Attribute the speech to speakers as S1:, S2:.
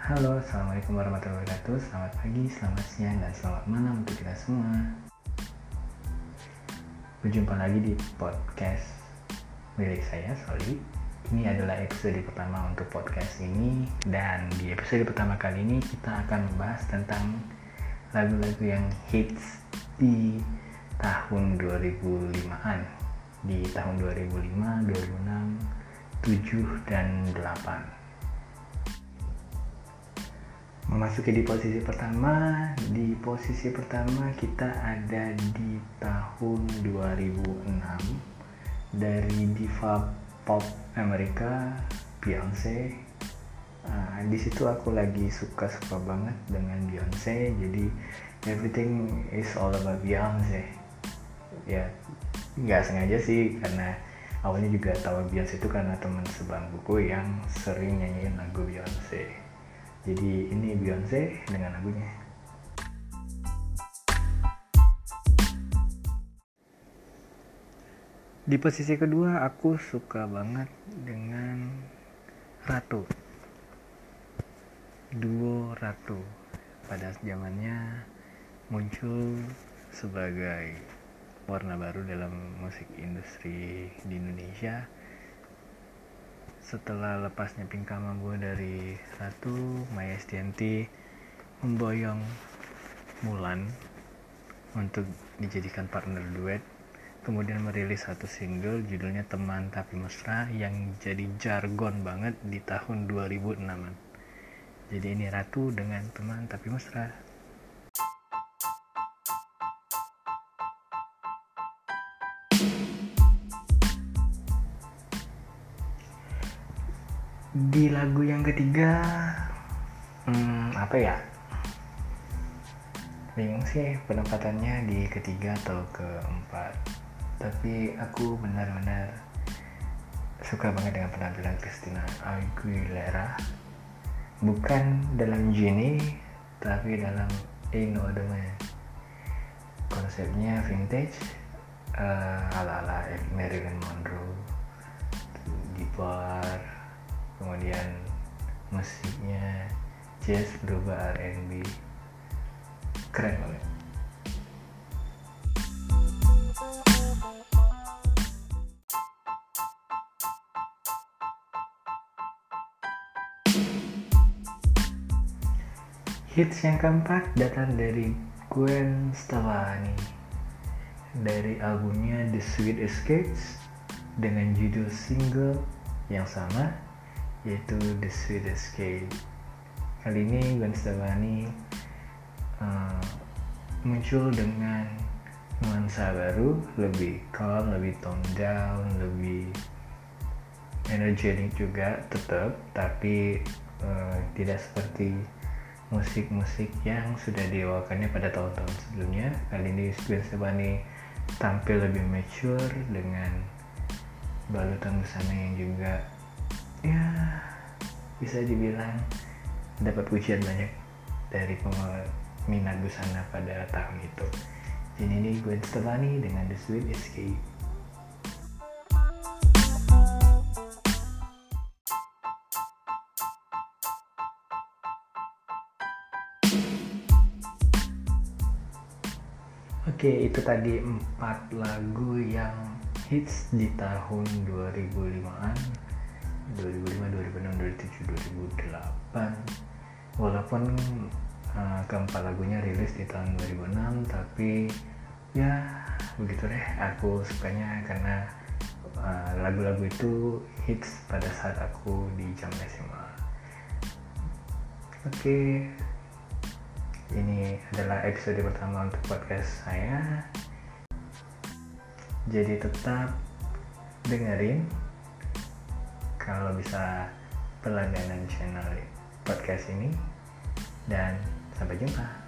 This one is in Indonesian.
S1: Halo, assalamualaikum warahmatullahi wabarakatuh. Selamat pagi, selamat siang, dan selamat malam untuk kita semua. Berjumpa lagi di podcast milik saya, Soli. Ini adalah episode pertama untuk podcast ini, dan di episode pertama kali ini kita akan membahas tentang lagu-lagu yang hits di tahun 2005-an. Di tahun 2005, 2006, 7, dan 8. Memasuki di posisi pertama kita ada di tahun 2006 dari diva pop Amerika Beyonce. Di situ aku lagi suka banget dengan Beyonce, jadi everything is all about Beyonce. Ya, nggak sengaja sih, karena awalnya juga tahu Beyonce itu karena teman sebangkuku yang sering nyanyiin lagu Beyonce. Jadi ini Beyonce dengan lagunya. Di posisi kedua aku suka banget dengan Ratu. Duo Ratu pada zamannya muncul sebagai warna baru dalam musik industri di Indonesia. Setelah lepasnya Pinka Mambo dari Ratu, Maia Estianty memboyong Mulan untuk dijadikan partner duet, kemudian merilis satu single judulnya Teman Tapi Mesra yang jadi jargon banget di tahun 2006-an. Jadi ini Ratu dengan Teman Tapi Mesra. Di lagu yang ketiga, apa ya? Bingung sih penempatannya di ketiga atau keempat. Tapi aku benar-benar suka banget dengan penampilan Christina Aguilera. Bukan dalam Genie, tapi dalam Ain't No Other Man. Konsepnya vintage, ala-ala Marilyn Monroe di bar. Kemudian musiknya jazz berubah R&B, keren banget. Hits yang keempat datang dari Gwen Stefani dari albumnya The Sweet Escapes dengan judul single yang sama, yaitu The Sweet Escape. Kali ini Gwen Stefani muncul dengan nuansa baru, lebih calm, lebih tone down, lebih energetic juga tetap, tapi tidak seperti musik-musik yang sudah dibawakannya pada tahun-tahun sebelumnya. Kali ini Gwen Stefani tampil lebih mature dengan balutan busana yang juga ya bisa dibilang dapat pujian banyak dari peminat busana pada tahun itu. Jadi ini Gwen Stefani dengan The Sweet Escape. Oke, itu tadi 4 lagu yang hits di tahun 2005-an. 2005, 2006, 2007, 2008. Walaupun keempat lagunya rilis di tahun 2006, tapi ya begitu deh, aku sukanya karena lagu-lagu itu hits pada saat aku di zaman SMA. Oke, ini adalah episode pertama untuk podcast saya, jadi tetap dengerin. Kalau bisa berlangganan channel podcast ini, dan sampai jumpa.